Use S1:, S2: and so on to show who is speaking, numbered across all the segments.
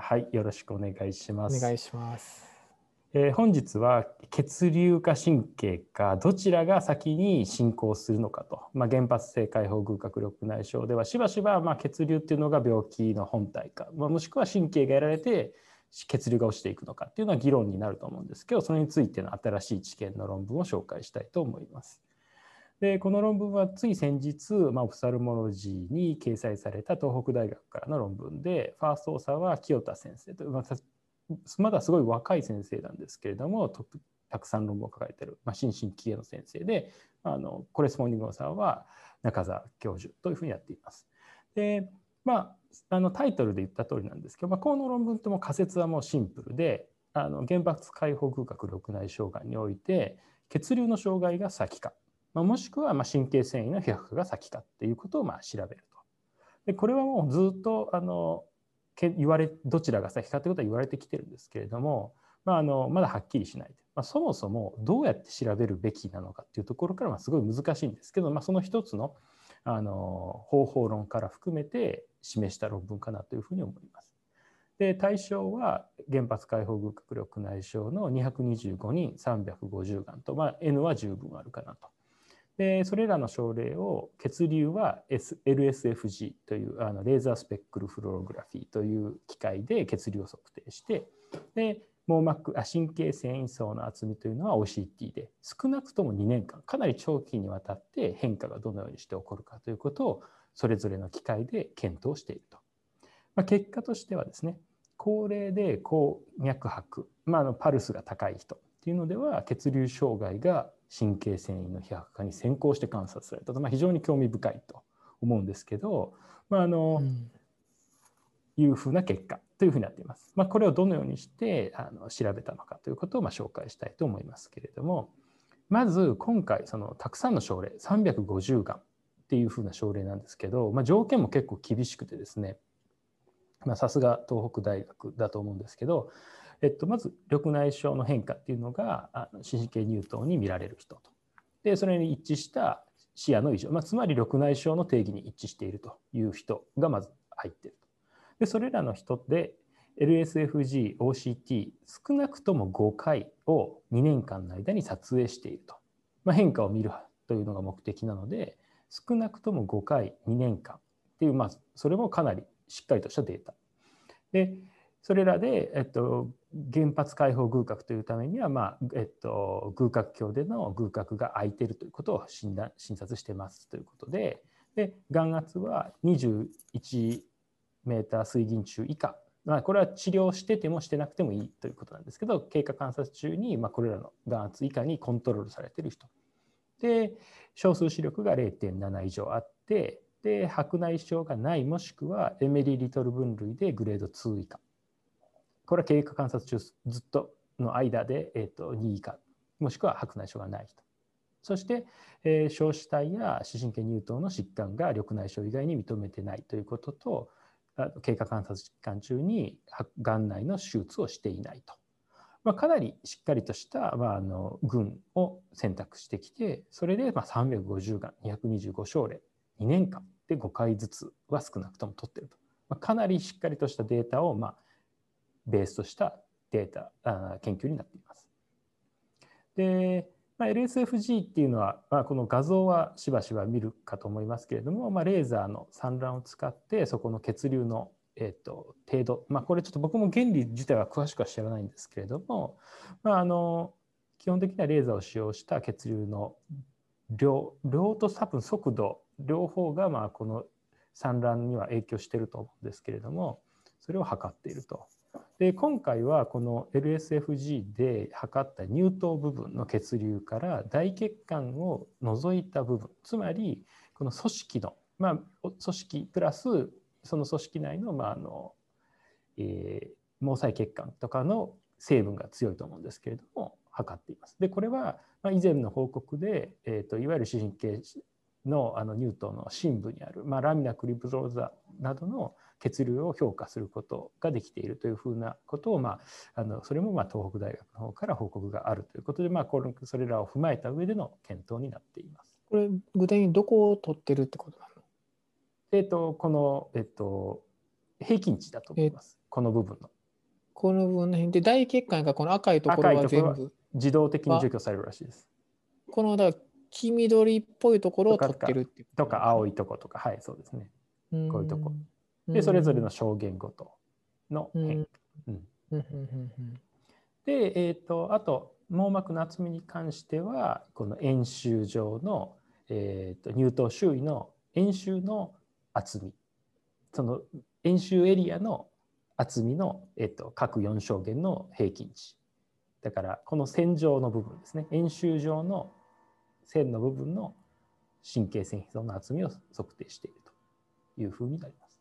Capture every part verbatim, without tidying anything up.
S1: はい、よろしくお願いします。
S2: お願いします。
S1: えー、本日は血流か神経かどちらが先に進行するのかと、まあ、原発性開放偶核緑内障ではしばしばまあ血流っていうのが病気の本体か、まあ、もしくは神経がやられて血流が落ちていくのかっていうのは議論になると思うんですけど、それについての新しい知見の論文を紹介したいと思います。でこの論文はつい先日、まあ、オプサルモロジーに掲載された東北大学からの論文で、ファーストオーサーは清田先生と、まあ、まだすごい若い先生なんですけれども、たくさん論文を書かれている、まあ、新進気鋭の先生で、あのコレスポンディングオーサーは中澤教授というふうにやっています。で、まあ、あのタイトルで言った通りなんですけど、まあ、この論文とも仮説はもうシンプルで、あの原発開放偶核緑内障害において血流の障害が先か、まあ、もしくはまあ神経線維の被白が先かっていうことをまあ調べると。でこれはもうずっとあの言われどちらが先かということは言われてきてるんですけれども、まあ、あのまだはっきりしない、まあ、そもそもどうやって調べるべきなのかっていうところからはすごい難しいんですけど、まあ、その一つの、あの方法論から含めて示した論文かなというふうに思います。で対象は原発開放偶核緑内障のにひゃくにじゅうごにんさんびゃくごじゅうがんと、まあ、N は十分あるかなと。でそれらの症例を血流は エルエスエフジー というあのレーザースペックルフロログラフィーという機械で血流を測定して、で網膜あ神経線維層の厚みというのは オーシーティー で少なくともにねんかん、かなり長期にわたって変化がどのようにして起こるかということをそれぞれの機械で検討していると。まあ、結果としてはですね、高齢で高脈拍、まあ、あのパルスが高い人っていうのでは血流障害が神経線維の被白化に先行して観察されたと、まあ、非常に興味深いと思うんですけど、まああのうん、いうふうな結果というふうになっています。まあ、これをどのようにしてあの調べたのかということをまあ紹介したいと思いますけれども、まず今回そのたくさんの症例さんびゃくごじゅうがんっていうふうな症例なんですけど、まあ、条件も結構厳しくてですね、さすが東北大学だと思うんですけど、えっと、まず緑内障の変化っていうのがあの視神経乳頭に見られる人と、でそれに一致した視野の異常、まあ、つまり緑内障の定義に一致しているという人がまず入っていると。でそれらの人で エルエスエフジー、オーシーティー 少なくともごかいをにねんかんの間に撮影していると、まあ、変化を見るというのが目的なので、少なくともごかいにねんかんっていう、まあ、それもかなりしっかりとしたデータで、それらで、えっと、原発開放偶核というためには、まあえっと、偶核鏡での偶核が空いているということを診断診察してますということで、で眼圧はにじゅういちメーター水銀柱以下、まあ、これは治療しててもしてなくてもいいということなんですけど、経過観察中に、まあ、これらの眼圧以下にコントロールされている人で、小数視力が れいてんなな 以上あって、で白内障がない、もしくはエメリー・リトル分類でグレードに以下、これは経過観察中ずっとの間で、えー、とに以下、もしくは白内障がない人、そして、えー、小視体や視神経乳頭の疾患が緑内障以外に認めてないということと、経過観察期間中に眼内の手術をしていないと、まあ、かなりしっかりとした、まあ、あの群を選択してきて、それでまあさんびゃくごじゅうがん、にひゃくにじゅうご症例、にねんかんでごかいずつは少なくとも取っていると、まあ、かなりしっかりとしたデータを、まあ、ベースとしたデータあ研究になっています。で、まあ、エルエスエフジー っていうのは、まあ、この画像はしばしば見るかと思いますけれども、まあ、レーザーの散乱を使ってそこの血流のえー、と程度、まあ、これちょっと僕も原理自体は詳しくは知らないんですけれども、まあ、あの基本的にはレーザーを使用した血流の量、量と多分速度両方がまあこの散乱には影響していると思うんですけれども、それを測っていると。で今回はこの エルエスエフジー で測った乳頭部分の血流から大血管を除いた部分、つまりこの組織の、まあ、組織プラスその組織内の、まああのえー、毛細血管とかの成分が強いと思うんですけれども測っています。でこれは、まあ、以前の報告で、えーと、いわゆる視神経のあの乳頭の深部にある、まあ、ラミナクリプローザなどの血流を評価することができているというふうなことを、まあ、あのそれもまあ東北大学の方から報告があるということで、まあ、これそれらを踏まえた上での検討になっています。
S2: これ具体的にどこを取ってるってことなの？
S1: えーとこの、えーと平均値だと思います。この部分の。
S2: この部分の辺で大血管がこの赤いところは
S1: 赤いところは
S2: 全部
S1: 自動的に除去されるらしいです。
S2: このだから黄緑っぽいところを
S1: とか
S2: 取ってるっていう
S1: とか青いとことか、はい、そうですね。
S2: うん
S1: こういうとこ。
S2: うん
S1: で、それぞれの証言ごとの変化。うん
S2: うんうんうん
S1: で、えーと、あと網膜の厚みに関してはこの円周上の、えーと、乳頭周囲の円周の厚み、その円周エリアの厚みの、えーと、各よん証言の平均値だから、この線上の部分ですね、円周上の線の部分の神経線皮層の厚みを測定しているというふうになります。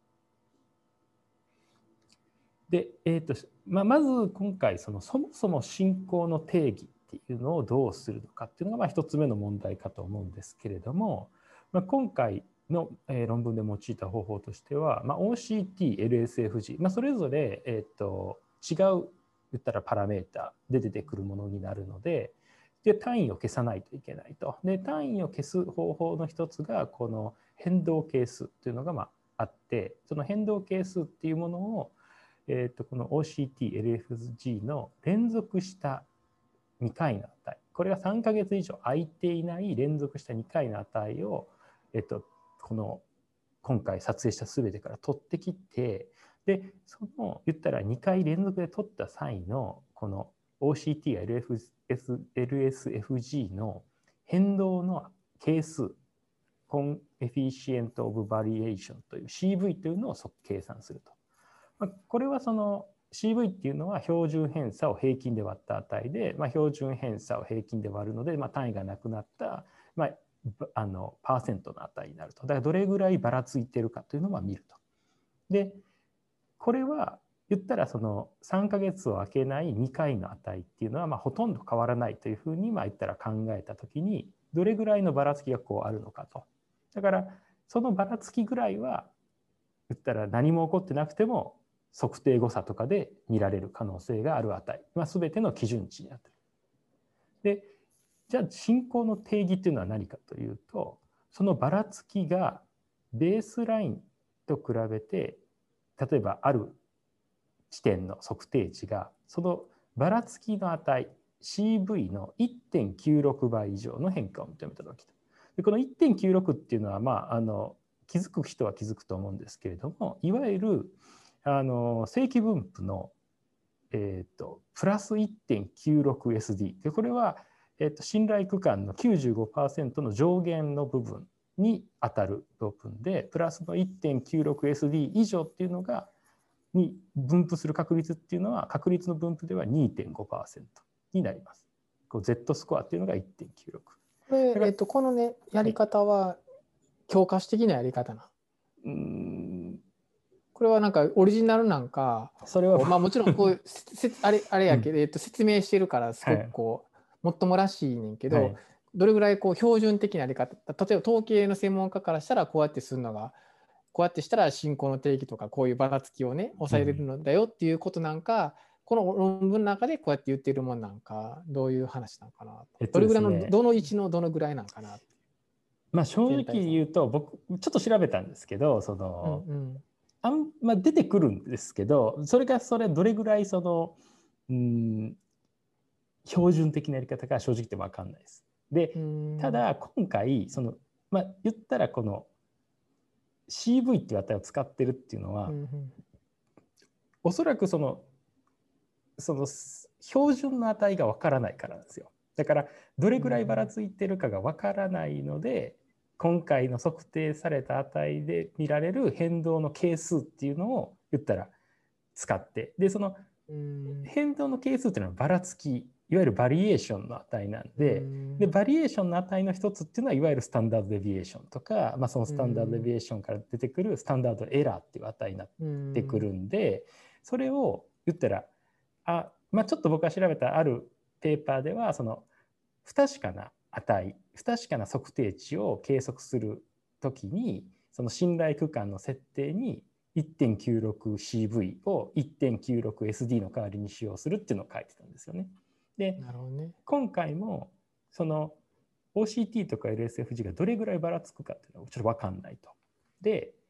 S1: で、えーとまあ、まず今回そのそもそも進行の定義っていうのをどうするのかっていうのがまあ一つ目の問題かと思うんですけれども、まあ、今回の論文で用いた方法としては、まあ、オーシーティー、エルエスエフジー、まあ、それぞれ、えーと違う言ったらパラメータで出てくるものになるので、で単位を消さないといけないと。で単位を消す方法の一つがこの変動係数っていうのがまああって、その変動係数っていうものをえー、とこの オーシーティー、エルエフジー の連続したにかいの値、これがさんかげつ以上空いていない連続したにかいの値を、えー、とこの今回撮影した全てから取ってきて、でその言ったらにかい連続で取った際のこの オーシーティー や エルエスエフジー の変動の係数、コンエフィシエント・オブ・バリエーションという シーブイ というのを計算すると。これはその シーブイ っていうのは標準偏差を平均で割った値で、まあ、標準偏差を平均で割るので、まあ、単位がなくなった、まあ、あのパーセントの値になると。だからどれぐらいばらついてるかというのを見ると。でこれは言ったらそのさんかげつを空けないにかいの値っていうのはまあほとんど変わらないというふうにまあ言ったら考えたときに、どれぐらいのばらつきがこうあるのかと。だからそのばらつきぐらいは言ったら何も起こってなくても測定誤差とかで見られる可能性がある値、まあ、全ての基準値になっている。でじゃあ進行の定義っていうのは何かというと、そのばらつきがベースラインと比べて、例えばある地点の測定値がそのばらつきの値 シーブイ の いってんきゅうろく 倍以上の変化を認めた時と。でこの いってんきゅうろく っていうのは、まあ、あの気づく人は気づくと思うんですけれども、いわゆるあの正規分布の、えー、とプラス いってんきゅうろくエスディー でこれは、えー、と信頼区間の きゅうじゅうごパーセント の上限の部分に当たる部分で、プラスの いってんきゅうろくエスディー 以上っていうのがに分布する確率っていうのは、確率の分布では にてんごパーセント になります。こう Z スコアっていうのが いってんきゅうろく。
S2: これ、えっと、このねやり方は教科書的なやり方な、はい、うーんこれはなんかオリジナルなんか、それはまあもちろんこういうあれあれやけど、うん、えっと説明してるからすごくこう、はい、もっともらしいねんけど、はい、どれぐらいこう標準的なやり方、例えば統計の専門家からしたらこうやってするのがこうやってしたら進行の定義とかこういうばらつきをね抑えれるのだよっていうことなんか、うん、この論文の中でこうやって言っているもんなんか、どういう話なのかな、えっとですね、どれぐらいのどの位置のどのぐらいなのかな。
S1: まあ正直言うと僕ちょっと調べたんですけど、その、うんうん、あんまあ、出てくるんですけど、それがそれどれぐらいそのうん標準的なやり方か正直って分かんないです。でただ今回その、まあ、言ったらこの シーブイ っていう値を使ってるっていうのは、うんうん、おそらくそのその標準の値が分からないからなんですよ。だからどれぐらいばらついてるかが分からないので、今回の測定された値で見られる変動の係数っていうのを言ったら使って、でその変動の係数っていうのはばらつき、いわゆるバリエーションの値なんで、でバリエーションの値の一つっていうのはいわゆるスタンダードデビエーションとか、まあ、そのスタンダードデビエーションから出てくるスタンダードエラーっていう値になってくるんで、それを言ったらあ、まあ、ちょっと僕が調べたあるペーパーでは、その不確かな値、不確かな測定値を計測するときに、その信頼区間の設定に いってんきゅうろくシーブイ を いってんきゅうろくエスディー の代わりに使用するっていうのを書いてたんですよね。で、なるほどね、今回もその オーシーティー とか エルエスエフジー がどれぐらいばらつくかっていうのはちょっと分かんないと。で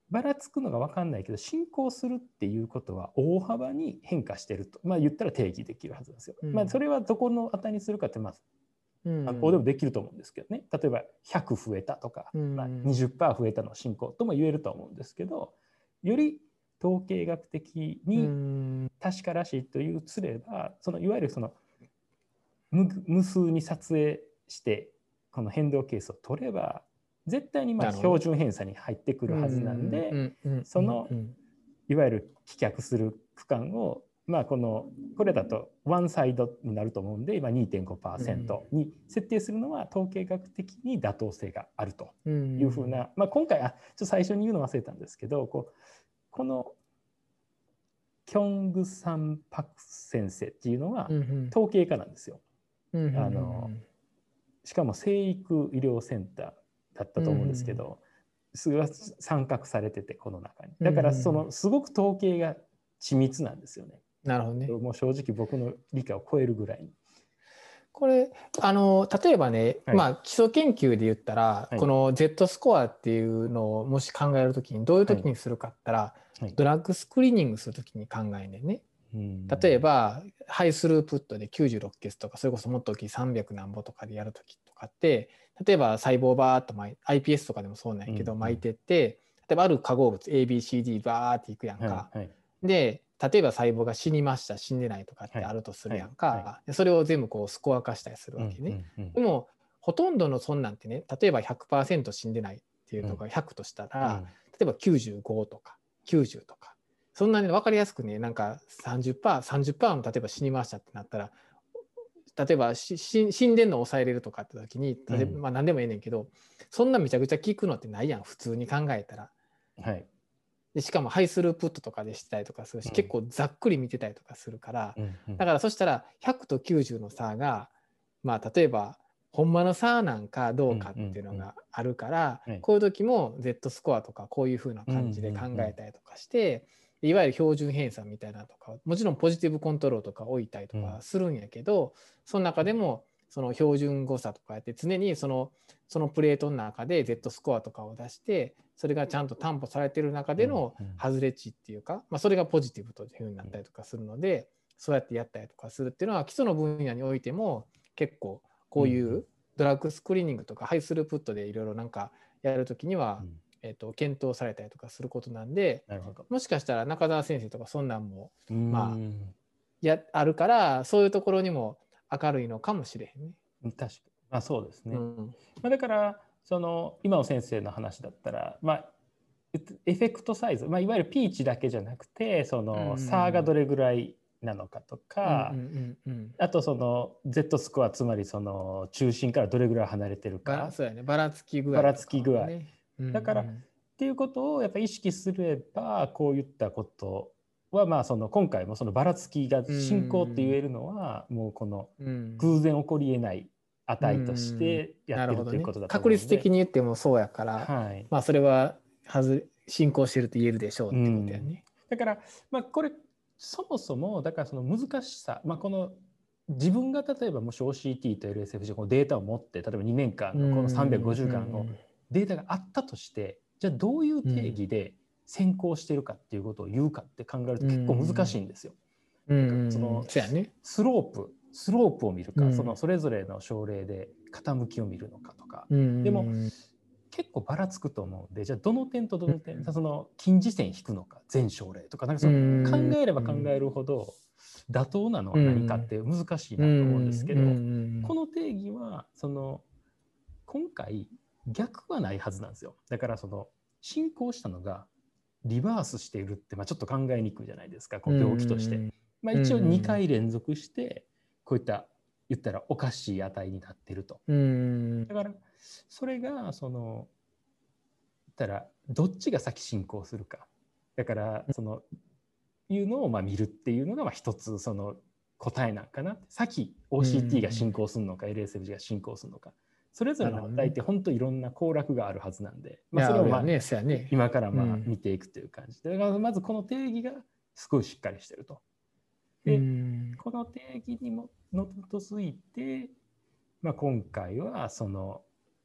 S1: ばらつくのが分かんないけど進行するっていうことは大幅に変化してると、まあ、言ったら定義できるはずなんですよ。うん、まあ、それはどこの値にするかってまず学校でもできると思うんですけどね、例えばひゃく増えたとか、うんまあ、にじゅっパーセント 増えたの進行とも言えると思うんですけど、より統計学的に確からしいというすれば、そのいわゆるその無数に撮影してこの変動係数を取れば絶対にまあ標準偏差に入ってくるはずなんで、そのいわゆる棄却する区間をまあこのこれだとワンサイドになると思うんで、今 にてんごパーセント に設定するのは統計学的に妥当性があるというふうな、まあ今回あちょっと最初に言うの忘れたんですけど、こうこのキョングサンパク先生っていうのは統計家なんですよ。あのしかも生育医療センターだったと思うんですけど、すごい参画されててこの中に。だからそのすごく統計が緻密なんですよね。
S2: なるほどね。
S1: もう正直僕の理解を超えるぐらいに。
S2: これあの例えばね、はい、まあ基礎研究で言ったら、はい、この Z スコアっていうのをもし考えるときにどういうときにするかって言ったら、はい、ドラッグスクリーニングするときに考えねんね。例えばハイスループットできゅうじゅうろっケースとかそれこそもっと大きいさんびゃくなんぼとかでやるときとかって例えば細胞バーっと巻い アイピーエス とかでもそうなんやけど、うんうん、巻いてって例えばある化合物 エービーシーディー バーっていくやんか、はいはい、で例えば細胞が死にました死んでないとかってあるとするやんか、はいはいはい、それを全部こうスコア化したりするわけね、うんうんうん、でもほとんどのそんなんてね例えば ひゃくパーセント 死んでないっていうのがひゃくとしたら、うん、例えばきゅうじゅうごとかきゅうじゅうとかそんなに分かりやすくねなんか さんじゅっパーセント、さんじゅっパーセント の例えば死にましたってなったら例えばしし死んでんのを抑えれるとかって時に例えば、まあ、何でもええねんけど、うん、そんなめちゃくちゃ効くのってないやん普通に考えたら、はい、でしかもハイスループットとかでしたりとかするし、うん、結構ざっくり見てたりとかするから、うんうん、だからそしたらひゃくときゅうじゅうの差がまあ例えばほんまの差なんかどうかっていうのがあるから、うんうんうん、こういう時も Z スコアとかこういう風な感じで考えたりとかして、うんうんうんいわゆる標準偏差みたいなとかもちろんポジティブコントロールとか置いたりとかするんやけど、うん、その中でもその標準誤差とかやって常にそのそのプレートの中で Z スコアとかを出してそれがちゃんと担保されてる中での外れ値っていうか、まあ、それがポジティブというふうになったりとかするのでそうやってやったりとかするっていうのは基礎の分野においても結構こういうドラッグスクリーニングとかハイスループットでいろいろなんかやるときには、うんえー、と検討されたりとかすることなんでなるほどもしかしたら中澤先生とかそんなんもまあやあるからそういうところにも明るいのかもしれへんね。
S1: 確かに、まあ、そうですね、うんまあ、だからその今の先生の話だったら、まあ、エフェクトサイズ、まあ、いわゆるピーチだけじゃなくてその差がどれぐらいなのかとか、うんうんうんうん、あとその Z スコアつまりその中心からどれぐらい離れてるか
S2: そうやねばらつき具合
S1: ばらつき具合、だから、うんうん、っていうことをやっぱり意識すればこういったことはまあその今回もそのばらつきが進行って言えるのはもうこの偶然起こりえない値としてやってるということだと思うので、
S2: 確率的に言ってもそうやから、はい、まあそれははず進行してると言えるでしょうってことやね。
S1: だからまあこれそもそもだからその難しさ、まあ、この自分が例えばもし オーシーティー と エルエスエフジー このデータを持って例えばにねんかんのこのさんびゃくごじゅうかんのデータがあったとしてじゃあどういう定義で先行してるかっていうことを言うかって考えると結構難しいんですよ。そのスロープスロープを見るかそのそれぞれの症例で傾きを見るのかとかでも結構ばらつくと思うんでじゃあどの点とどの点その近似線引くのか全症例とかなんかその考えれば考えるほど妥当なのは何かって難しいなと思うんですけどこの定義はその今回逆はないはずなんですよ。だからその進行したのがリバースしているって、まあ、ちょっと考えにくいじゃないですかこう病気として、まあ、一応にかい連続してこういった言ったらおかしい値になっていると。だからそれがその言ったらどっちが先進行するかだからそのいうのをまあ見るっていうのがまあ一つその答えなんかな。先 オーシーティー が進行するのか エルエスエフジー が進行するのかそれぞれの値って本当いろんな項落があるはずなんで、まあ、それをまあ今からまあ見ていくという感じでだからまずこの定義がすごいしっかりしてると。でこの定義にもの基づいて、まあ、今回はその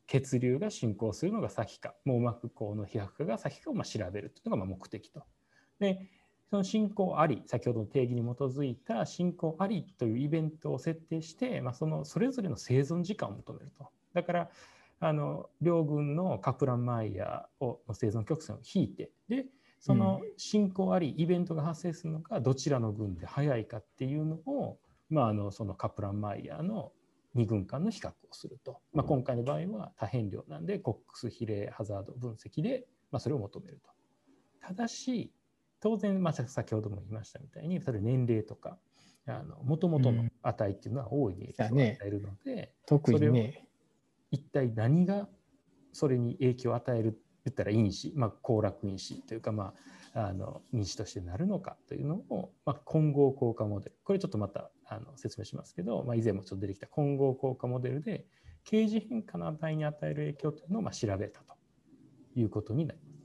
S1: 血流が進行するのが先か網膜孔の飛躍化が先かをまあ調べるというのがまあ目的と。でその進行あり、先ほどの定義に基づいた進行ありというイベントを設定して、まあ、そのそれぞれの生存時間を求めると。だからあの両軍のカプラン・マイヤーをの生存曲線を引いて、でその進行ありイベントが発生するのがどちらの軍で早いかっていうのを、まあ、あのそのカプラン・マイヤーのに軍間の比較をすると。まあ、今回の場合は多変量なんでコックス比例ハザード分析で、まあ、それを求めると。ただし当然、まあ、先ほども言いましたみたいに例えば年齢とかもともとの値っていうのは大いに影響を与えるので、ね、
S2: 特にね、
S1: 一体何がそれに影響を与える言ったら因子、まあ、後落因子というか、まあ、あの因子としてなるのかというのを、まあ、混合効果モデル、これちょっとまたあの説明しますけど、まあ、以前もちょっと出てきた混合効果モデルで形磁変化の値に与える影響というのをまあ調べたということになります。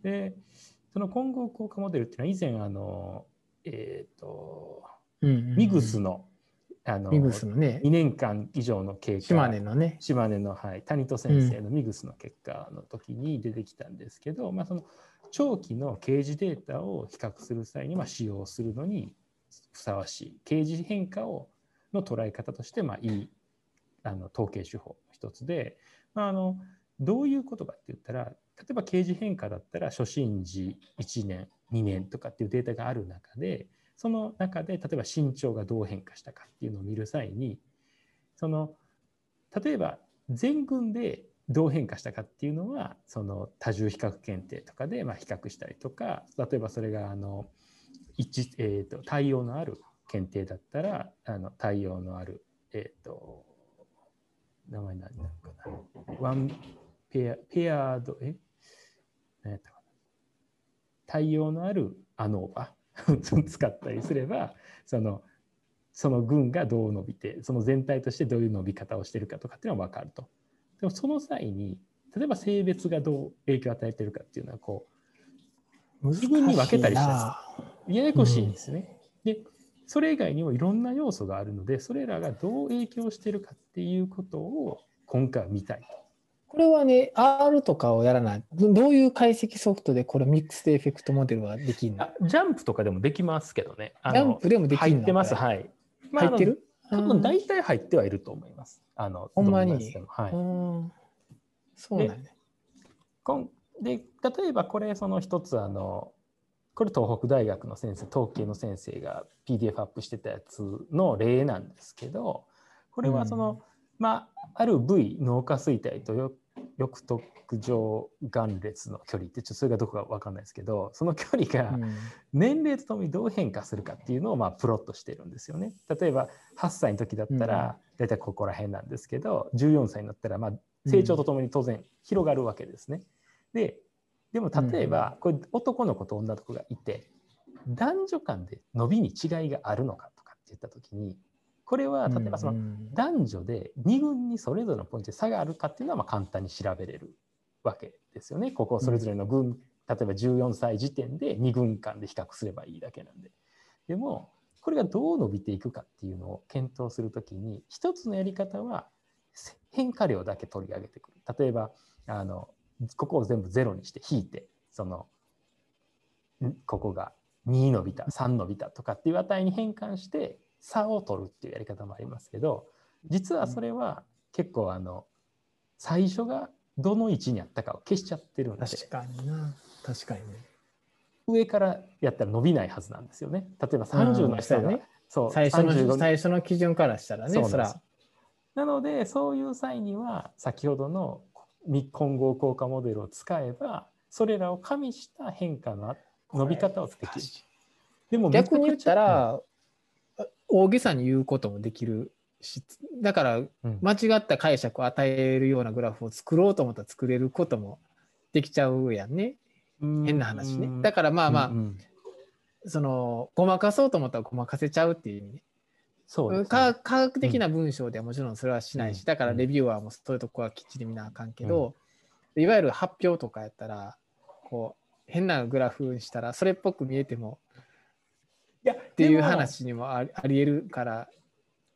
S1: でその混合効果モデルっていうのは以前あの、えーとうんうんうん、ミグスのあの
S2: ミグスの、ね、
S1: にねんかん以上の経過、
S2: 島根のね
S1: 島根の、はい、谷戸先生のミグスの結果の時に出てきたんですけど、うんまあ、その長期の形磁データを比較する際にまあ使用するのにふさわしい形磁変化をの捉え方としてまあいいあの統計手法の一つで、まあ、あのどういうことかって言ったら、例えば形磁変化だったら初診時いちねんにねんとかっていうデータがある中で、その中で例えば身長がどう変化したかっていうのを見る際に、その例えば全軍でどう変化したかっていうのはその多重比較検定とかでまあ比較したりとか、例えばそれがあの一、えー、と対応のある検定だったらあの対応のある、えー、と名前何なのかな、ワンペアペアードえ何やったかな、対応のあるアノーバ使ったりすれば、そのその群がどう伸びて、その全体としてどういう伸び方をしているかとかっていうのは分かると。でもその際に例えば性別がどう影響を与えているかっていうのはこう自分に分けたりしてややこしいんですね。うん、でそれ以外にもいろんな要素があるので、それらがどう影響しているかっていうことを今回は見たいと。
S2: これはね、アール とかをやらない。どういう解析ソフトでこれミックスエフェクトモデルはできるの？
S1: ジャンプとかでもできますけどね。
S2: ジャンプでもできるの？
S1: 入ってます。はい。
S2: まあ、入ってる？
S1: 多分大体入ってはいると思います。あの
S2: ほんまに。
S1: はい。
S2: そうなんね。
S1: で、例えばこれその一つあのこれ東北大学の先生、統計の先生が ピーディーエフ アップしてたやつの例なんですけど、これはその、うん、まあある部位脳下垂体と翼突上眼列の距離ってちょっとそれがどこか分かんないですけど、その距離が年齢とともにどう変化するかっていうのをまあプロットしてるんですよね。例えばはっさいの時だったら大体ここら辺なんですけど、じゅうよんさいになったらまあ成長とともに当然広がるわけですね。ででも例えばこれ男の子と女の子がいて男女間で伸びに違いがあるのかとかって言った時に、これは例えばその男女でに軍にそれぞれのポイントで差があるかっていうのはまあ簡単に調べれるわけですよね。ここそれぞれの軍、例えばじゅうよんさい時点でに軍間で比較すればいいだけなんで。でもこれがどう伸びていくかっていうのを検討するときに、一つのやり方は変化量だけ取り上げてくる。例えばあのここを全部ゼロにして引いて、そのここがに伸びたさん伸びたとかっていう値に変換して差を取るっていうやり方もありますけど、実はそれは結構あの最初がどの位置にあったかを消しちゃってるんで、
S2: 確かにな、確かにね、
S1: 上からやったら伸びないはずなんですよね。例えばさんじゅうの人が、
S2: ね、そう最初の最初の基準からしたらね、そうなんです。
S1: なのでそういう際には先ほどの混合効果モデルを使えばそれらを加味した変化の伸び方をできる。
S2: でも逆に言ったら、うん、大げさに言うこともできるし、だから間違った解釈を与えるようなグラフを作ろうと思ったら作れることもできちゃうやんね。変な話ね。だからまあまあ、うんうん、そのごまかそうと思ったらごまかせちゃうっていう意味ね。そうですね。科学的な文章ではもちろんそれはしないし、うん、だからレビューアーもそういうとこはきっちり見なあかんけど、うん、いわゆる発表とかやったらこう変なグラフにしたらそれっぽく見えてもいやっていう話にもあり得るから、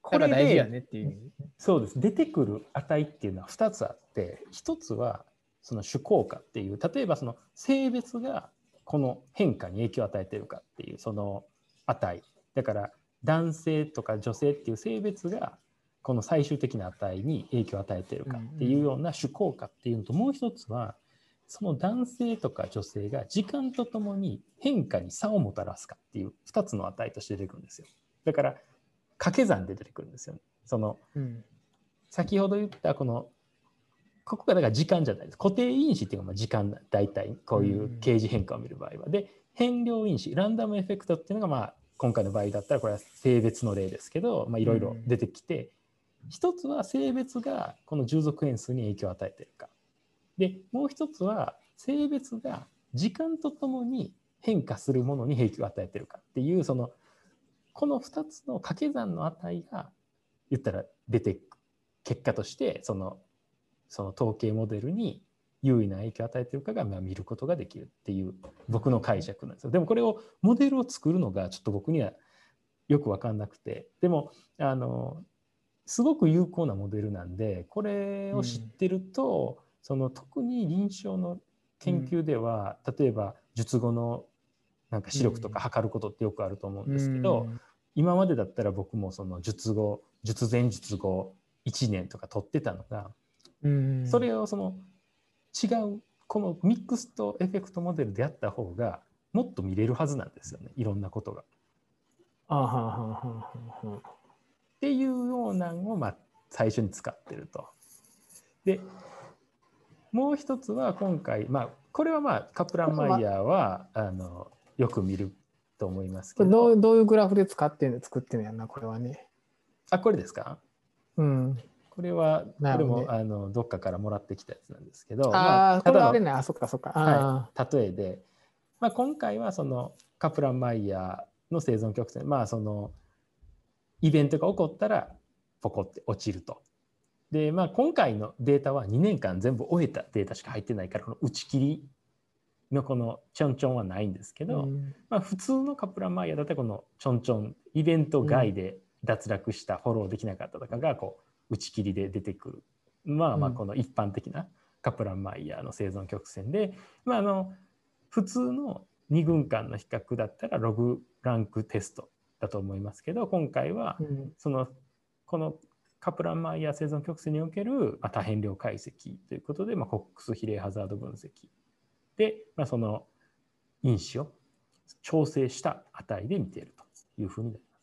S2: これが大事やねっていう意味。
S1: そうです。出てくる値っていうのはふたつあって、ひとつはその主効果っていう、例えばその性別がこの変化に影響を与えているかっていうその値。だから男性とか女性っていう性別がこの最終的な値に影響を与えているかっていうような主効果っていうのと、もう一つはその男性とか女性が時間とともに変化に差をもたらすかっていうふたつの値として出てくるんですよ。だから掛け算で出てくるんですよね。その、うん、先ほど言ったこのここがだから時間じゃないです。固定因子っていうのは時間だ。大体こういう形似変化を見る場合は。で、変量因子、ランダムエフェクトっていうのがまあ今回の場合だったらこれは性別の例ですけど、まあいろいろ出てきて、一つは性別がこの従属変数に影響を与えているか。で、もう一つは性別が時間とともに変化するものに影響を与えているかっていう、そのこのふたつの掛け算の値が言ったら出て結果としてそのその統計モデルに優位な影響を与えているかが見ることができるっていう僕の解釈なんですよ。でもこれをモデルを作るのがちょっと僕にはよく分かんなくて、でもあのすごく有効なモデルなんで、これを知ってると、うん、その特に臨床の研究では、うん、例えば術後のなんか視力とか測ることってよくあると思うんですけど、うん、今までだったら僕もその術後術前術後いちねんとか取ってたのが、うん、それをその違うこのミックスとエフェクトモデルでやった方がもっと見れるはずなんですよね、いろんなことが。あははははっていうようなのをまあ最初に使ってると。でもう一つは今回、まあ、これはまあカプランマイヤーはあのよく見ると思いますけど。
S2: どう、どういうグラフで使ってんの作ってんのやんな、これはね。
S1: あ、これですか？
S2: うん。
S1: これは、これもあのどっかからもらってきたやつなんですけど、
S2: ああ、これはあれね、あ、そっかそっか。
S1: はい、例えで、まあ、今回はそのカプランマイヤーの生存曲線、まあそのイベントが起こったらポコって落ちると。で、まあ、今回のデータはにねんかん全部終えたデータしか入ってないから、この打ち切りのこのちょんちょんはないんですけど、うん、まあ、普通のカプランマイヤーだったらこのちょんちょんイベント外で脱落したフォローできなかったとかがこう打ち切りで出てくる、まあまあこの一般的なカプランマイヤーの生存曲線で、まあ、あの普通のに軍間の比較だったらログランクテストだと思いますけど、今回はそのこのカプランマイヤー生存曲線における多変量解析ということで、まあ、コックス比例ハザード分析で、まあ、その因子を調整した値で見ているというふうになります。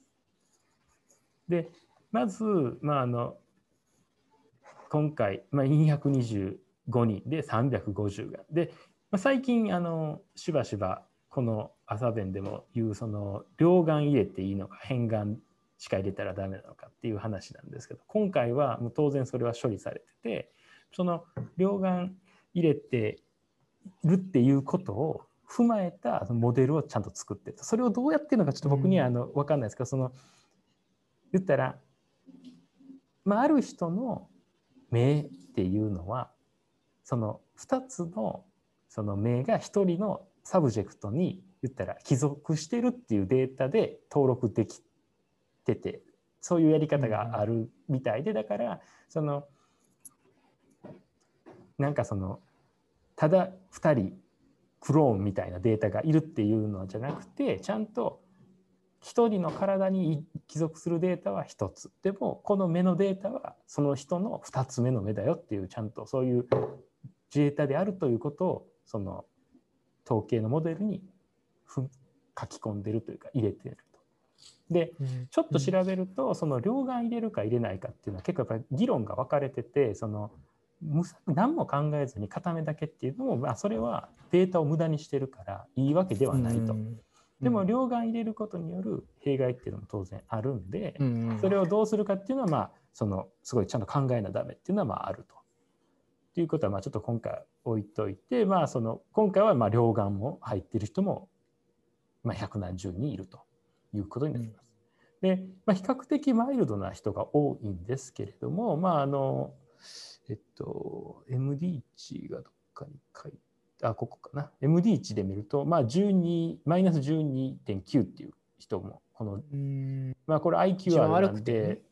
S1: で、まず、まあ、あの今回、まあ、にひゃくにじゅうごにんでさんびゃくごじゅうがで、まあ、最近あのしばしばこの朝弁でも言うその両眼入れていいのか変眼しか入れたらダメなのかっていう話なんですけど、今回はもう当然それは処理されてて、その両眼入れてるっていうことを踏まえたモデルをちゃんと作ってる。それをどうやってるのかちょっと僕にはあの分かんないですけど、その言ったら、まあ、ある人の目っていうのはそのふたつのその目がひとりのサブジェクトに言ったら帰属してるっていうデータで登録できてて、そういうやり方があるみたいで、だからそのなんかそのただふたりクローンみたいなデータがいるっていうのじゃなくて、ちゃんとひとりの体に帰属するデータはひとつでも、この目のデータはその人のふたつめの目だよっていう、ちゃんとそういうデータであるということをその統計のモデルに書き込んでるというか入れてると。でちょっと調べると、その両眼入れるか入れないかっていうのは結構やっぱり議論が分かれてて、その何も考えずに片目だけっていうのも、まあ、それはデータを無駄にしてるからいいわけではないと。でも両眼入れることによる弊害っていうのも当然あるんで、それをどうするかっていうのはまあそのすごいちゃんと考えなダメっていうのはまああると。ということはまあちょっと今回置いといて、まあ、その今回はまあ両眼も入っている人もまあ百何十人いるということになります。で、まあ、比較的マイルドな人が多いんですけれども、まああのえっと エムディー 値がどっかに書いて、あ、ここかな。エムディー 値で見ると、まあ、じゅうにマイナス じゅうにてんきゅう っていう人もこの、まあ、これ アイキューアール なんで、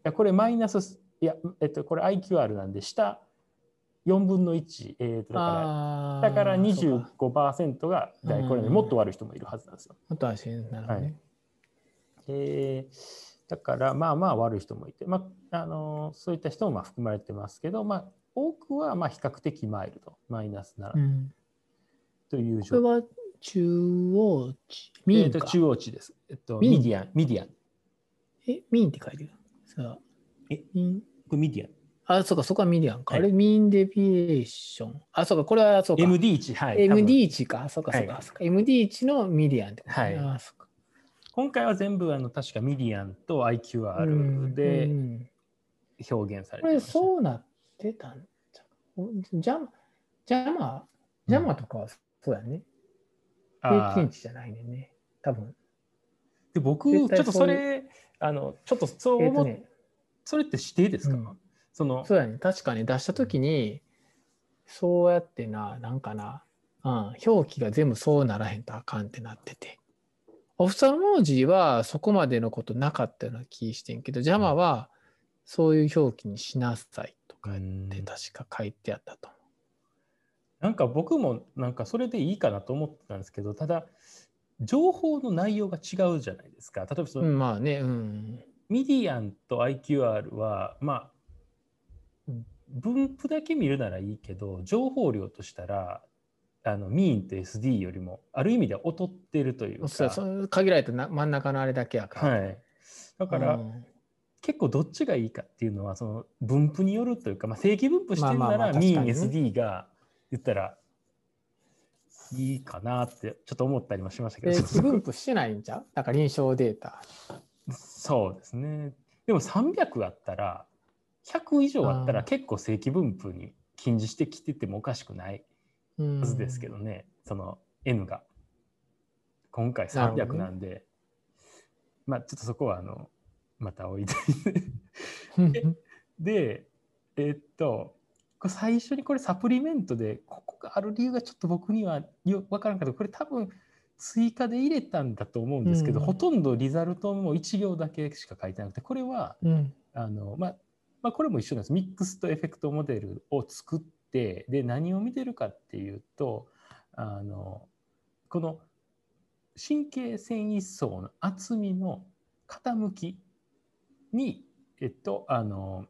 S1: やこれマイナス、いや、えっと、これ アイキューアール なんで下よんぶんのいち、えー、とだからだからにじゅうごパーセントが大これでもっと悪い人もいるはずなんですよ。
S2: もっと悪い、なるほどね。はい、
S1: えー、だからまあまあ悪い人もいて、まああのー、そういった人もまあ含まれてますけど、まあ、多くはまあ比較的マイルド、マイナスなな、うん、という状況。
S2: これは中央値、ミーンか。
S1: えー、と中央値です。えっと、ミディアン、ミディアン。
S2: え、ミーンって書いてる。さあ
S1: え、ミンこれミディアン。
S2: あ、そうか、そこはミディアンか。はい、あれ、ミーンデビエーション。あ、そうか、これはそうか。
S1: エムディー 値、はい。
S2: エムディー 値か。そうか、そうか。はい、エムディー 値のミディアンってことね。はい、あ、そうか。
S1: 今回は全部あの確かミディアンと アイキューアール で表現されてました。
S2: これそうなってたんじゃジャマ、ジャマ、ジャマとかはそうやね。うん、平均値じゃないねんね。多分。
S1: で僕ちょっとそれあのちょっとそう思っ、えーね、それって指定ですか、うん、
S2: そのそうやね。確かに出したときに、そうやってな、なんかな、うん、表記が全部そうならへんとあかんってなってて。オフサルモージーはそこまでのことなかったような気してんけど、ジャマはそういう表記にしなさいとかって確か書いてあったと思う。
S1: なんか僕もなんかそれでいいかなと思ってたんですけど、ただ情報の内容が違うじゃないですか。例えばその、
S2: うん、まあね、うん、
S1: ミディアンと アイキューアール はまあ分布だけ見るならいいけど、情報量としたらあのミーンと エスディー よりもある意味では劣ってるというか、
S2: そうそう限られたな真ん中のあれだけやから、
S1: はい、だから、うん、結構どっちがいいかっていうのはその分布によるというか、まあ、正規分布してるならミーン エスディー が言ったらいいかなってちょっと思ったりもしましたけど、
S2: 正規分布してないんじゃう？なんか臨床データ。
S1: そうですね。でもさんびゃくあったらひゃく以上あったら結構正規分布に近似してきててもおかしくないはずですけどね、その N が今回さんびゃくなんで、ね、まあちょっとそこはあのまた置いといてでえー、っとこれ最初にこれサプリメントでここがある理由がちょっと僕にはよく分からんけど、これ多分追加で入れたんだと思うんですけど、うん、ほとんどリザルトもいち行だけしか書いてなくて、これは、うん、あのまあまあ、これも一緒なんです。ミックスとエフェクトモデルを作ってで何を見てるかっていうと、あのこの神経線維層の厚みの傾きに、えっと、あの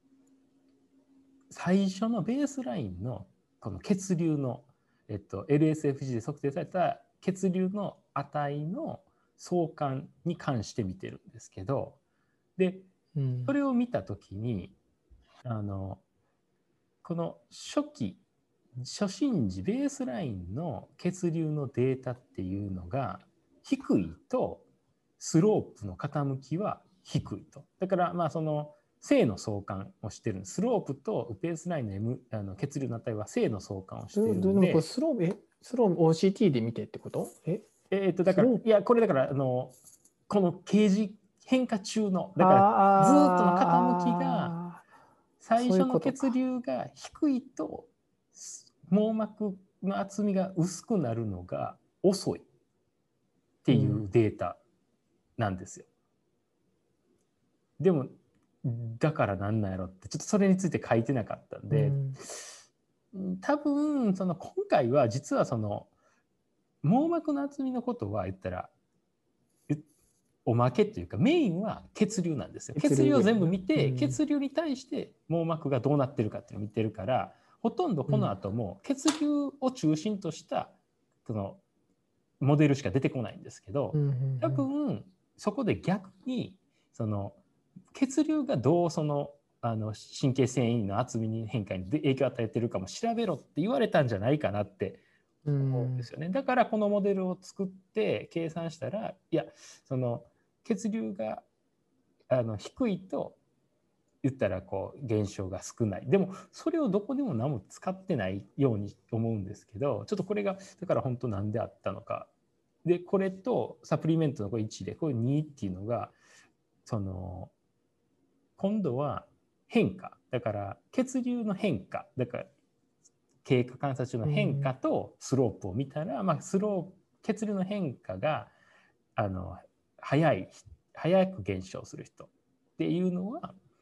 S1: 最初のベースラインのこの血流の、えっと、エルエスエフジー で測定された血流の値の相関に関して見てるんですけど、で、うん、それを見たときにあのこの初期初診時ベースラインの血流のデータっていうのが低いとスロープの傾きは低いと。だからまあその正の相関をしてるんです。スロープとベースラインの、M、あの血流の値は正の相関をしてるんで。
S2: スロープえスロープ オーシーティー で見てってこと？え
S1: えー、っとだからいやこれだからあのこの掲示変化中のだからずっとの傾きが最初の血流が低いと網膜の厚みが薄くなるのが遅いっていうデータなんですよ。うん、でもだからなんなんやろってちょっとそれについて書いてなかったんで、うん、多分その今回は実はその網膜の厚みのことは言ったらおまけというかメインは血流なんですよ。血流を全部見て、うん、血流に対して網膜がどうなってるかっていうのを見てるから、ほとんどこの後も血流を中心としたそのモデルしか出てこないんですけど、多分そこで逆にその血流がどうそのあの神経線維の厚みに変化に影響を与えてるかも調べろって言われたんじゃないかなって思うんですよね。だからこのモデルを作って計算したら、いやその血流があの低いと言ったらこう減少が少ない。でもそれをどこでも何も使ってないように思うんですけど、ちょっとこれがだから本当なんであったのか。でこれとサプリメントのこれいちでこれにっていうのがその今度は変化だから血流の変化だから経過観察中の変化とスロープを見たら、まあ、スロー血流の変化があの早い早く減少する人っていうのは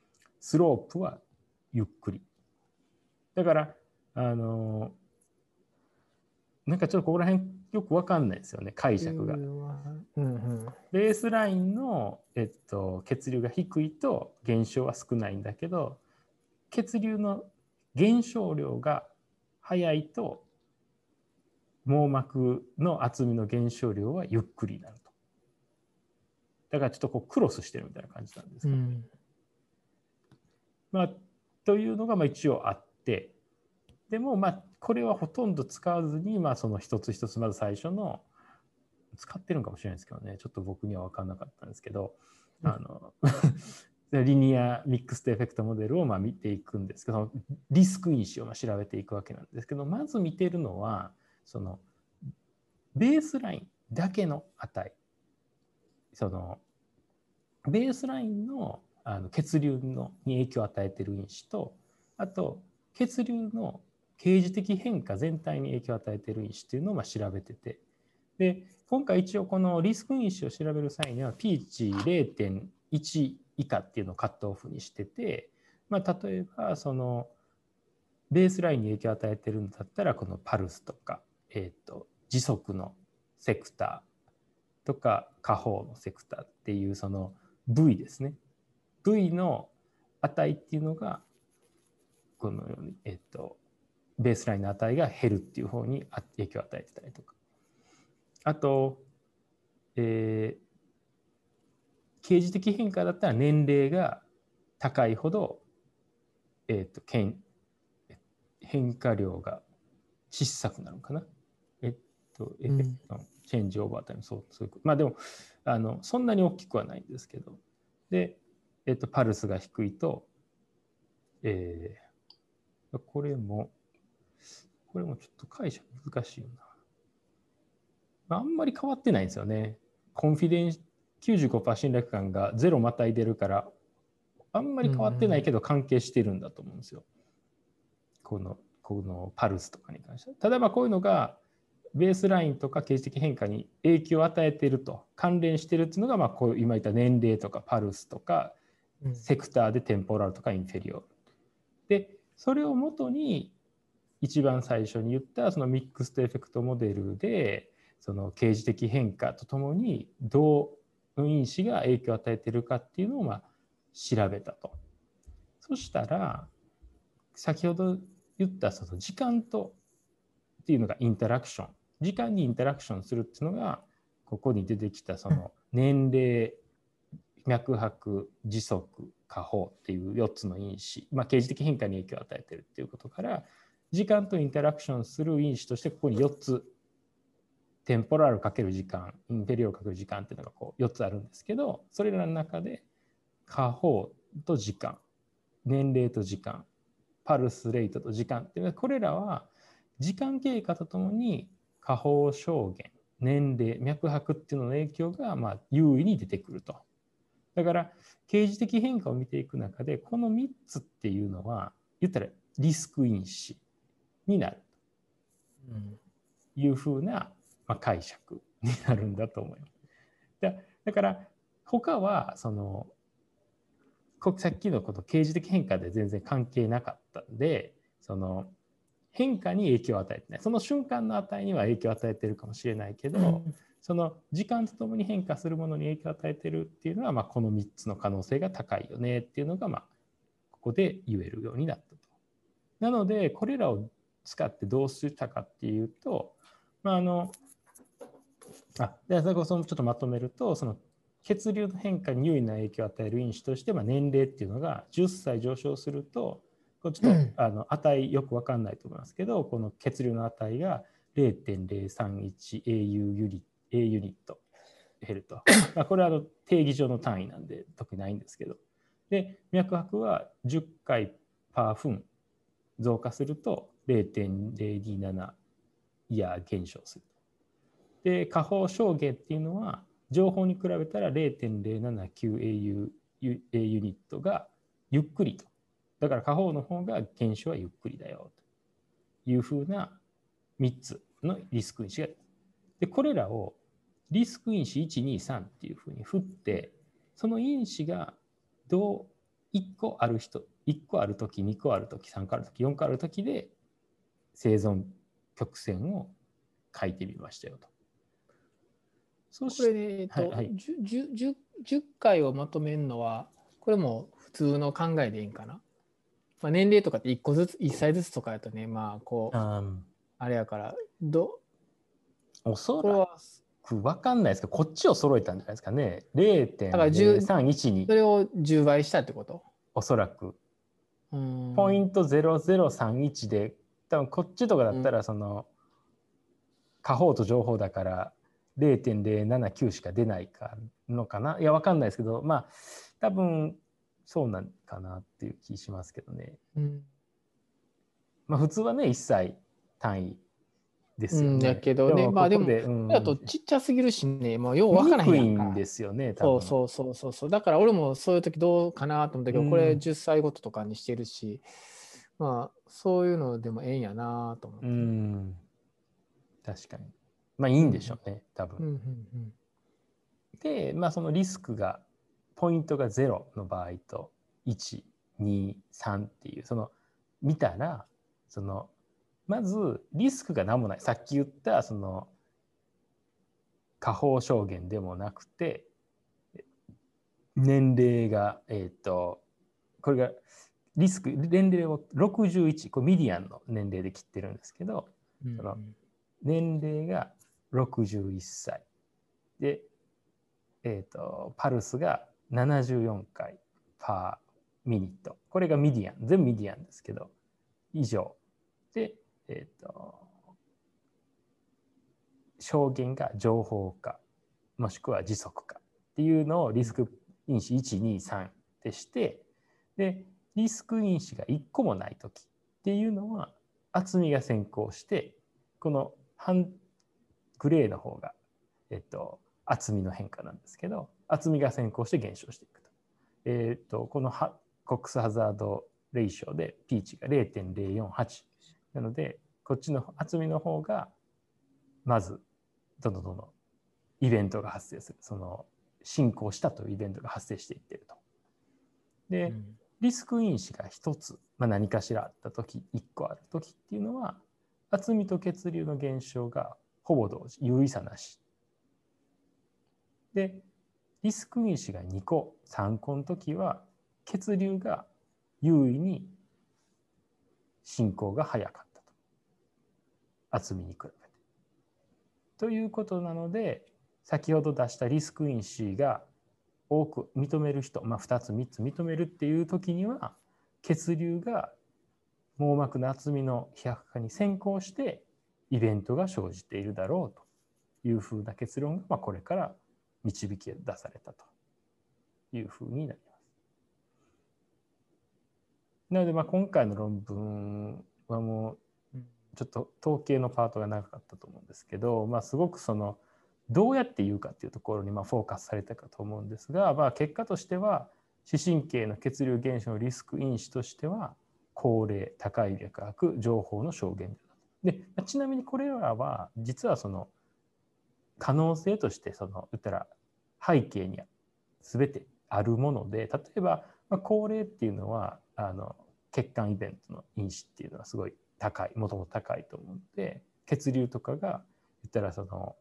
S1: スロープはゆっくり。だからあのなんかちょっとここら辺よく分かんないですよね、解釈が。
S2: うんうん、
S1: ベースラインの、えっと、血流が低いと減少は少ないんだけど、血流の減少量が速いと網膜の厚みの減少量はゆっくりになると。だからちょっとこうクロスしてるみたいな感じなんですけど、ね、うん、まあ、というのがまあ一応あって、でもまあこれはほとんど使わずに、まあその一つ一つまず最初の使ってるのかもしれないですけどね、ちょっと僕には分からなかったんですけど、うん、あのリニアミックスエフェクトモデルをまあ見ていくんですけど、リスク因子をまあ調べていくわけなんですけど、まず見てるのはそのベースラインだけの値、そのベースラインのあの血流のに影響を与えている因子と、あと血流の形而的変化全体に影響を与えている因子っていうのをまあ調べてて、で今回一応このリスク因子を調べる際には ピー 値 れいてんいち 以下っていうのをカットオフにしてて、まあ、例えばそのベースラインに影響を与えてるんだったらこのパルスとか、えーと、時速のセクターとか下方のセクターっていうその V ですね。V の値っていうのがこのように、えーと、ベースラインの値が減るっていう方に影響を与えてたりとか、あと、えー、形而的変化だったら年齢が高いほど、えーと、変化量が小さくなるのかな。えっと、エフェクトのチェンジオーバータイム、そう、そういうこと。まあでも、あの、そんなに大きくはないんですけど。で、えっと、パルスが低いと、えー、これも、これもちょっと解釈難しいよな。あんまり変わってないんですよね。コンフィデンス、きゅうじゅうごパーセント 信頼感がゼロまたいでるから、あんまり変わってないけど関係してるんだと思うんですよ。この、このパルスとかに関しては。ただまあこういうのが、ベースラインとか形的変化に影響を与えていると、関連しているっていうのが、まあこう今言った年齢とかパルスとか、セクターでテンポラルとかインフェリオール。で、それをもとに一番最初に言ったそのミックストエフェクトモデルで、その形而的変化とともにどう因子が影響を与えているかっていうのをまあ調べたと。そしたら、先ほど言ったその時間とっていうのがインタラクション。時間にインタラクションするっていうのが、ここに出てきたその年齢、脈拍、時速、下方っていうよっつの因子、まあ、形而的変化に影響を与えているっていうことから、時間とインタラクションする因子としてここによっつ、テンポラルかける時間、インフェリオールかける時間っていうのがこうよっつあるんですけど、それらの中で下方と時間、年齢と時間、パルスレイトと時間っていうのは、これらは時間経過とともに下方証言、年齢、脈拍っていうのの影響がまあ優位に出てくると。だから形而的変化を見ていく中で、このみっつっていうのは言ったらリスク因子になるというふうな解釈になるんだと思います。だだから他はそのさっきのこと形而的変化で全然関係なかったんで、その変化に影響を与えてない、その瞬間の値には影響を与えてるかもしれないけど、うん、その時間とともに変化するものに影響を与えてるっていうのは、まあ、このみっつの可能性が高いよねっていうのが、まあ、ここで言えるようになったと。なのでこれらを使ってどうしたかっていうと、まあ、あのあでそれちょっとまとめると、その血流の変化に優位な影響を与える因子として、まあ、年齢っていうのがじゅっさい上昇すると、ちょっとあの値よく分かんないと思いますけど、この血流の値が れいてんれいさんいち エーユー ユニット減ると。まあこれはあの定義上の単位なんで特にないんですけど。で、脈拍はじゅっかいパー分増加すると れいてんれいになな イヤー減少する。で、下方証言っていうのは情報に比べたら れいてんれいななきゅう エーユー ユニットがゆっくりと。だから下方の方が減少はゆっくりだよというふうなみっつのリスク因子が出る。で、これらをリスク因子いち、に、さんっていうふうに振って、その因子がどういっこある人、いっこあるとき、にこあるとき、さんこあるとき、よんこあるときで生存曲線を書いてみましたよと。
S2: そこれね、えっと、はいはい、10, 10, 10回をまとめるのは、これも普通の考えでいいんかな。まあ、年齢とかっていっこずつ、いっさいずつとかやとね、まあ、こう、あ, あれやから、ど
S1: おそらく分かんないですけど、こっちを揃えたんじゃないですかね。れいてんぜろさんいちに。
S2: それをじゅうばいしたってこと？
S1: おそらく。ポイントゼロゼロさんいちで、多分こっちとかだったら、その、下方と上方だから、れいてんぜろななきゅうしか出ないかのかな。いや、分かんないですけど、まあ、多分そうなんかなっていう気しますけどね。うん、まあ、普通はね、いっさい単位ですよね。
S2: うん、やけどね、まあでも、でもだとちっちゃすぎるしね、もうよう分からへんやんか。
S1: 見にくいんですよね、
S2: 多分。そうそうそうそう。だから俺もそういう時どうかなと思ったけど、うん、これじゅっさいごととかにしてるし、まあそういうのでもええんやなと思って。うん、
S1: 確かに。まあいいんでしょうね、うん、多分。うんうんうん、で、まあそのリスクが、ポイントがゼロの場合といち、に、さんっていう、その見たら、そのまずリスクが何もない。さっき言ったその下方証言でもなくて、年齢が、えっと、これがリスク、年齢をろくじゅういち、これミディアンの年齢で切ってるんですけど、うん、その年齢がろくじゅういっさいで、えっと、パルスがななじゅうよんかいパーミニット。これがミディアン、全部ミディアンですけど、以上。で、えっと、証言が情報か、もしくは時速かっていうのをリスク因子いち、に、さんでして、で、リスク因子がいっこもないときっていうのは、厚みが先行して、この半グレーの方が、えっと、厚みの変化なんですけど、厚みが先行して減少していくと。えっと、このコックスハザードレイショで P 値が れいてんぜろよんはち なので、こっちの厚みの方が、まず、どんどんどんどんイベントが発生する。その、進行したというイベントが発生していっていると。で、うん、リスク因子が一つ、まあ、何かしらあったとき、いっこあるときっていうのは、厚みと血流の減少がほぼ同時、有意差なし。で、リスク因子がにこ、さんこのときは、血流が優位に進行が早かったと。厚みに比べて。ということなので、先ほど出したリスク因子が多く認める人、まあ、ふたつみっつ認めるっていう時には、血流が網膜の厚みの飛躍化に先行してイベントが生じているだろうというふうな結論が、まあ、これから導き出されたというふうになります。なので、まあ、今回の論文はもうちょっと統計のパートが長かったと思うんですけど、まあ、すごくそのどうやって言うかっていうところにまあフォーカスされたかと思うんですが、まあ、結果としては視神経の血流減少のリスク因子としては高齢、高い脈拍、情報の証言で、ちなみにこれらは実はその可能性としてその言ったら背景に全てあるもので、例えば、まあ、高齢っていうのはあの血管イベントの因子っていうのはすごい高い、もともと高いと思うので、血流とかが言ったらその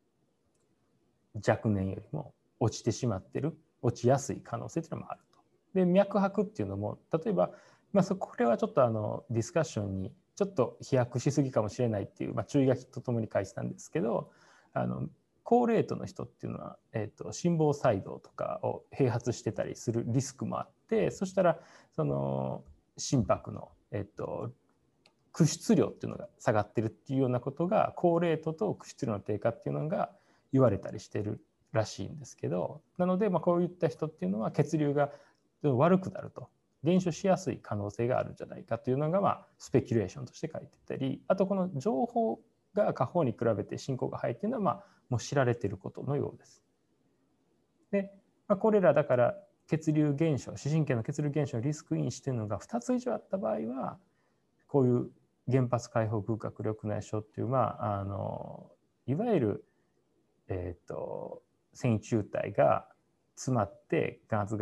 S1: 若年よりも落ちてしまってる、落ちやすい可能性というのもあると。で、脈拍っていうのも例えば、まあ、これはちょっとあのディスカッションにちょっと飛躍しすぎかもしれないっていう、まあ、注意書きとともに書いてたんですけど、あの高齢度の人っていうのは、えーと、心房細動とかを併発してたりするリスクもあって、そしたらその心拍の、えーと、駆出量っていうのが下がってるっていうようなことが、高齢度と駆出量の低下っていうのが言われたりしてるらしいんですけど、なので、まあ、こういった人っていうのは血流が悪くなると、減少しやすい可能性があるんじゃないかというのが、まあ、スペキュレーションとして書いてたり、あとこの情報が下方に比べて進行が早いっていうのは、まあ、もう知られていることのようです。で、まあ、これらだから血流減少、視神経の血流減少のリスク因子というのがふたつ以上あった場合は、こういう原発開放空核緑内障っていう、まあ、あのいわゆる、えーと、線維柱帯が詰まって眼圧が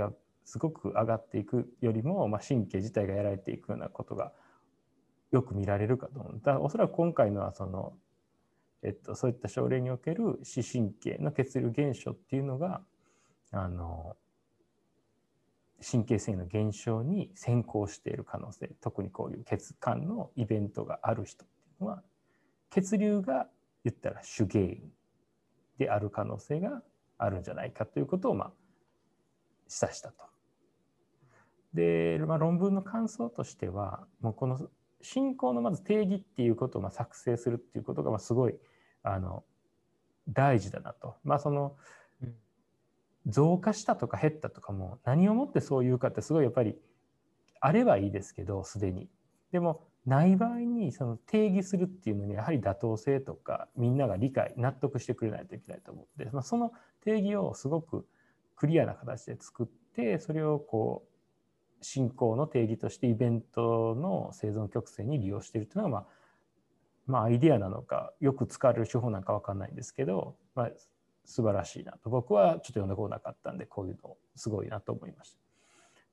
S1: すごく上がっていくよりも、まあ、神経自体がやられていくようなことがよく見られるかと思う。だからおそらく今回のはその、えっと、そういった症例における視神経の血流減少っていうのがあの神経繊維の減少に先行している可能性、特にこういう血管のイベントがある人っていうのは血流が言ったら主原因である可能性があるんじゃないかということをまあ示唆したと。で、まあ、論文の感想としてはもうこの進行のまず定義っていうことをまあ作成するっていうことがまあすごいあの大事だなと。まあその増加したとか減ったとかも何をもってそういうかってすごいやっぱりあればいいですけどすでに。でもない場合にその定義するっていうのにやはり妥当性とかみんなが理解納得してくれないといけないと思って、その定義をすごくクリアな形で作ってそれをこう進行の定義としてイベントの生存曲線に利用しているというのが、まあ、まあアイデアなのかよく使われる手法なんか分かんないんですけど、まあ、素晴らしいなと僕はちょっと読んだことなかったんでこういうのすごいなと思いました。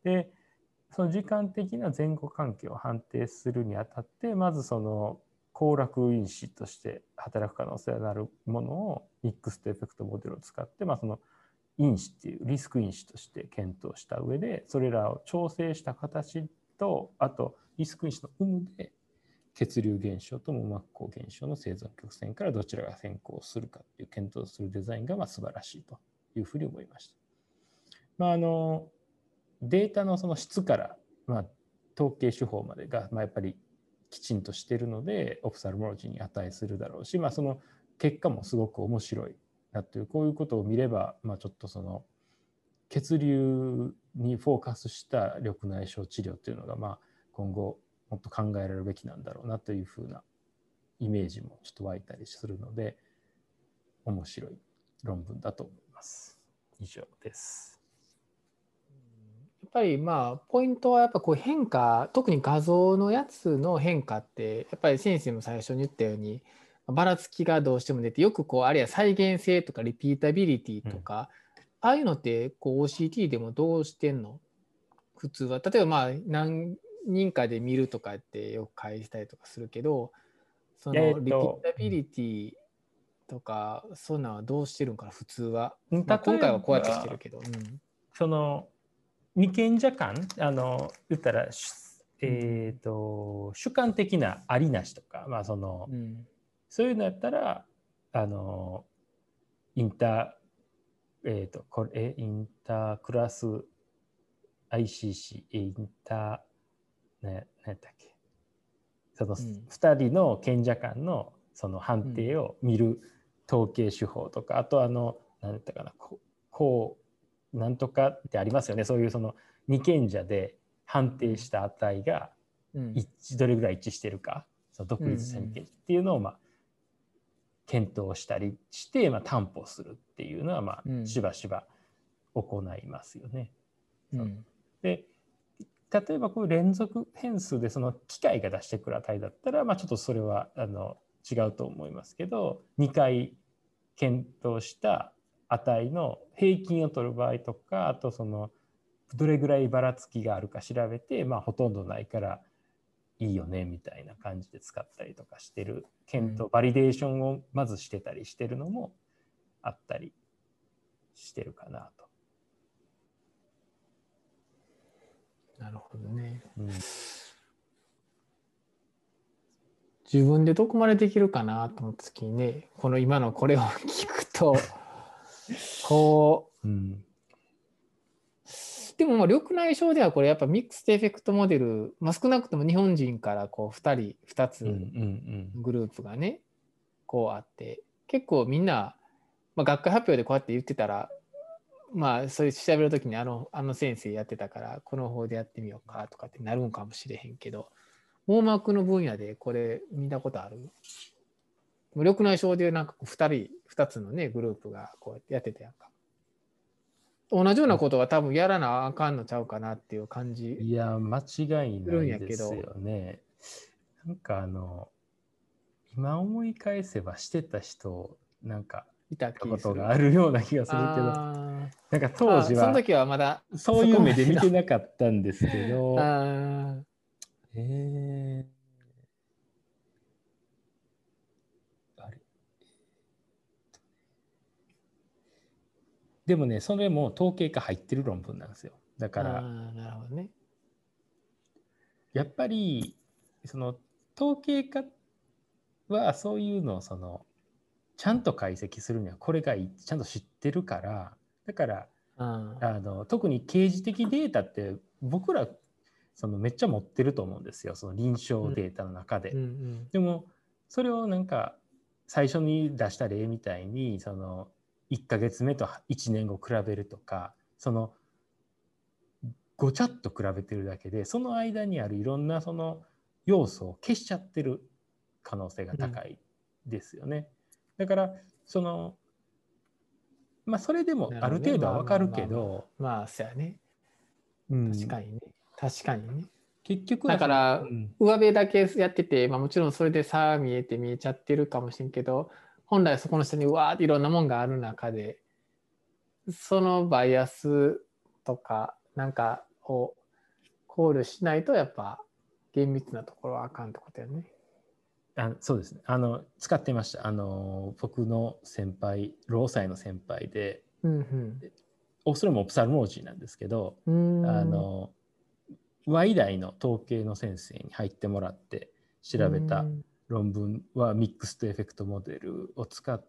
S1: でその時間的な前後関係を判定するにあたってまずその交絡因子として働く可能性があるものをミックストエフェクトモデルを使って、まあ、その因子っていうリスク因子として検討した上でそれらを調整した形とあとリスク因子の有無で血流減少と網膜孔減少の生存曲線からどちらが先行するかっていう検討するデザインがまあ素晴らしいというふうに思いました。まあ、あのデータのその質から、まあ、統計手法までが、まあ、やっぱりきちんとしているのでオプサルモロジーに値するだろうし、まあ、その結果もすごく面白いなというこういうことを見れば、まあ、ちょっとその血流にフォーカスした緑内障治療というのが、まあ、今後もっと考えられるべきなんだろうなというふうなイメージもちょっと湧いたりするので面白い論文だと思います。以上です。
S2: やっぱりまあポイントはやっぱこう変化、特に画像のやつの変化ってやっぱり先生も最初に言ったようにばらつきがどうしても出て、よくこうあるいは再現性とかリピータビリティとか、うん、ああいうのってこう オーシーティー でもどうしてんの普通は。例えばまあ何人かで見るとかってよく返したりとかするけど、そのリピータビリティとかそんなのはどうしてるんかな普通は。まあ、今回はこうやってしてるけど、うん、
S1: その二賢者間あの言ったら、えーと、主観的なありなしとか、まあそのうん、そういうのやったらあのインター、えーと、これインタークラス アイシーシー インター、ね、何やったっけそのふたりの賢者間のその判定を見る統計手法とか、うん、あとあの何だったかなこうなんとかってありますよね。そういうその二賢者で判定した値が一致、どれぐらい一致してるか、その独立線形っていうのをまあ検討したりして、まあ、担保するっていうのはまあしばしば行いますよね。うん、で例えばこういう連続変数でその機械が出してくる値だったら、まあ、ちょっとそれはあの違うと思いますけど、にかい検討した値の平均を取る場合とか、あとそのどれぐらいばらつきがあるか調べて、まあ、ほとんどないからいいよねみたいな感じで使ったりとかしてる検討、うん、バリデーションをまずしてたりしてるのもあったりしてるかなと。
S2: なるほどね。うん、自分でどこまでできるかなと思った時にね、この今のこれを聞くとこう、うん、でもまあ緑内障ではこれやっぱミックスエフェクトモデル、まあ、少なくとも日本人からこうふたりふたつグループがねこうあって、結構みんな、まあ、学会発表でこうやって言ってたら、まあそういう調べる時にあのあの先生やってたからこの方でやってみようかとかってなるんかもしれへんけど、網膜の分野でこれ見たことある？緑内障でなんかふたりふたつのねグループがこうやってやってたやんか。同じようなことは多分やらなあかんのちゃうかなっていう感じ。
S1: いや間違いないですよね。なんかあの今思い返せばしてた人なんか
S2: いた気
S1: こと
S2: する。
S1: があるような気がするけど、
S2: あ
S1: なんか当時
S2: あ、その
S1: は
S2: 時はまだ
S1: そういう目で見て
S2: な
S1: なかったんですけど、
S2: あ
S1: えー、あれでもね、それも統計化入ってる論文なんですよ。だか
S2: あ
S1: ら、
S2: なるほどね。
S1: やっぱり、その統計化はそういうのをそのちゃんと解析するにはこれがいいってちゃんと知ってるから、だから
S2: あ
S1: あの特に刑事的データって僕らそのめっちゃ持ってると思うんですよ、その臨床データの中で。
S2: うんうん
S1: でもそれをなんか最初に出した例みたいにそのいっかげつめといちねんご比べるとか、そのごちゃっと比べてるだけでその間にあるいろんなその要素を消しちゃってる可能性が高いですよね。だからそのまあそれでもある
S2: なるほどね。
S1: 程度は分かる
S2: まあまあまあまあ。
S1: けど、
S2: まあ、そうやね。
S1: うん、
S2: 確かにね。確かにね。
S1: 結局
S2: だ
S1: はその、う
S2: から、
S1: ん、
S2: 上辺だけやってて、まあもちろんそれで差見えて見えちゃってるかもしれんけど、本来そこの下にうわーっていろんなもんがある中で、そのバイアスとかなんかを考慮しないとやっぱ厳密なところはあかんってことやね。
S1: あそうですね、あの使っていました。あの僕の先輩、労災の先輩で、
S2: うん
S1: おそれもオプサルモロジーなんですけど、
S2: うん。
S1: あ
S2: うーん。
S1: の Y 大の統計の先生に入ってもらって調
S2: うー
S1: べた
S2: ん。
S1: 論文はミックストエフェクトモデルを使って、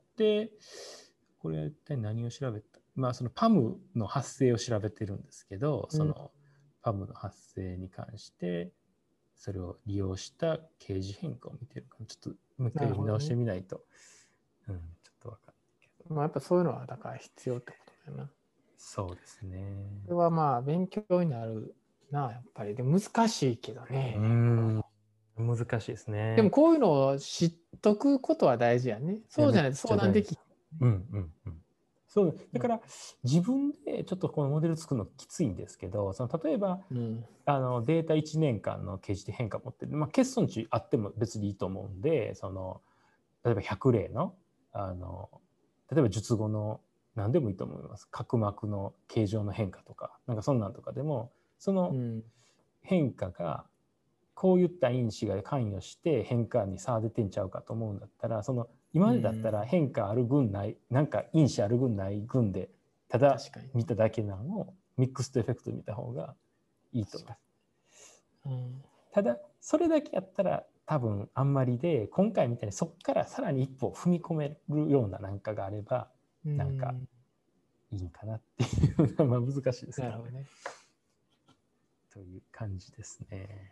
S1: これは一体何を調べた、まあその パム の発生を調べてるんですけど、その パム の発生に関してそれを利用した掲示変化を見てるかちょっともう一回読み直してみないと、うん、ちょっと分かんないけど。
S2: まあやっぱそういうのはだから必要ってことだよな。
S1: そうですね。
S2: これはまあ勉強になるな、やっぱり。でも難しいけど
S1: う
S2: ね。
S1: ん、難しいですね。
S2: でもこういうのを知っとくことは大事やね。
S1: いやめっ
S2: そうじゃないと
S1: ちゃ大事。
S2: 相談でき
S1: うんうんうん。そうだ
S2: うん
S1: から自分でちょっとこのモデル作るのきついんですけど、その例えば
S2: うん
S1: あのデータいちねんかんの掲示的変化を持ってる、まあ、欠損値あっても別にいいと思うんで、その例えばひゃく例のあの例えば術後の何でもいいと思います。角膜の形状の変化とかなんかそんなんとかでもその
S2: うん
S1: 変化がこういった因子が関与して変化に差が出てんちゃうかと思うんだったら、その今までだったら変化ある群ない、なんか因子ある群ない群でただ
S2: 確かに。
S1: 見ただけなのをミックスとエフェクトで見た方がいいと思います。
S2: うん
S1: ただそれだけやったら多分あんまりで、今回みたいにそこからさらに一歩踏み込めるようななんかがあればなんかいいんかなっていうのはまあ難しいですけどね。
S2: なるほどね。
S1: という感じですね。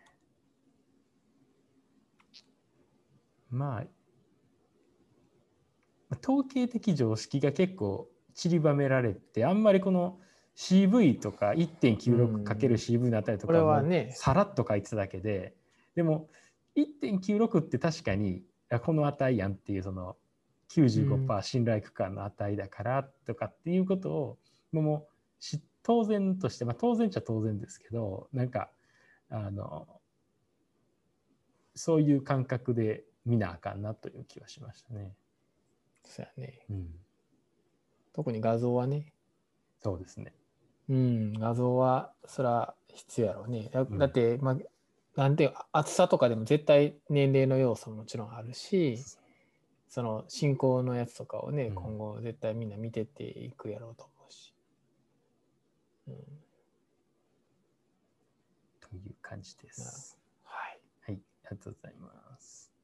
S1: まあ統計的常識が結構散りばめられて、あんまりこの シーブイ とか いってんきゅうろくかけるシーブイ のあたりと
S2: これ
S1: かも
S2: はね、
S1: さらっと書いてただけで、でも いってんきゅうろく って確かにこの値やんっていうその きゅうじゅうごパーセント 信頼区間の値だからとかっていうことをもう当然として、まあ当然っちゃ当然ですけど、なんかあのそういう感覚で見なあかんなという気はしましたね。
S2: そうやね。
S1: うん、
S2: 特に画像はね。
S1: そうですね。
S2: うん、画像はそれは必要やろうね。だ
S1: うん
S2: だって、まあ、なんていう厚さとかでも絶対年齢の要素ももちろんあるし、その進行のやつとかをね、
S1: うん、
S2: 今後絶対みんな見てっていくやろうと思うし。うん、
S1: という感じで
S2: なるほど。
S1: す。
S2: はい。
S1: はい、ありがとうございます。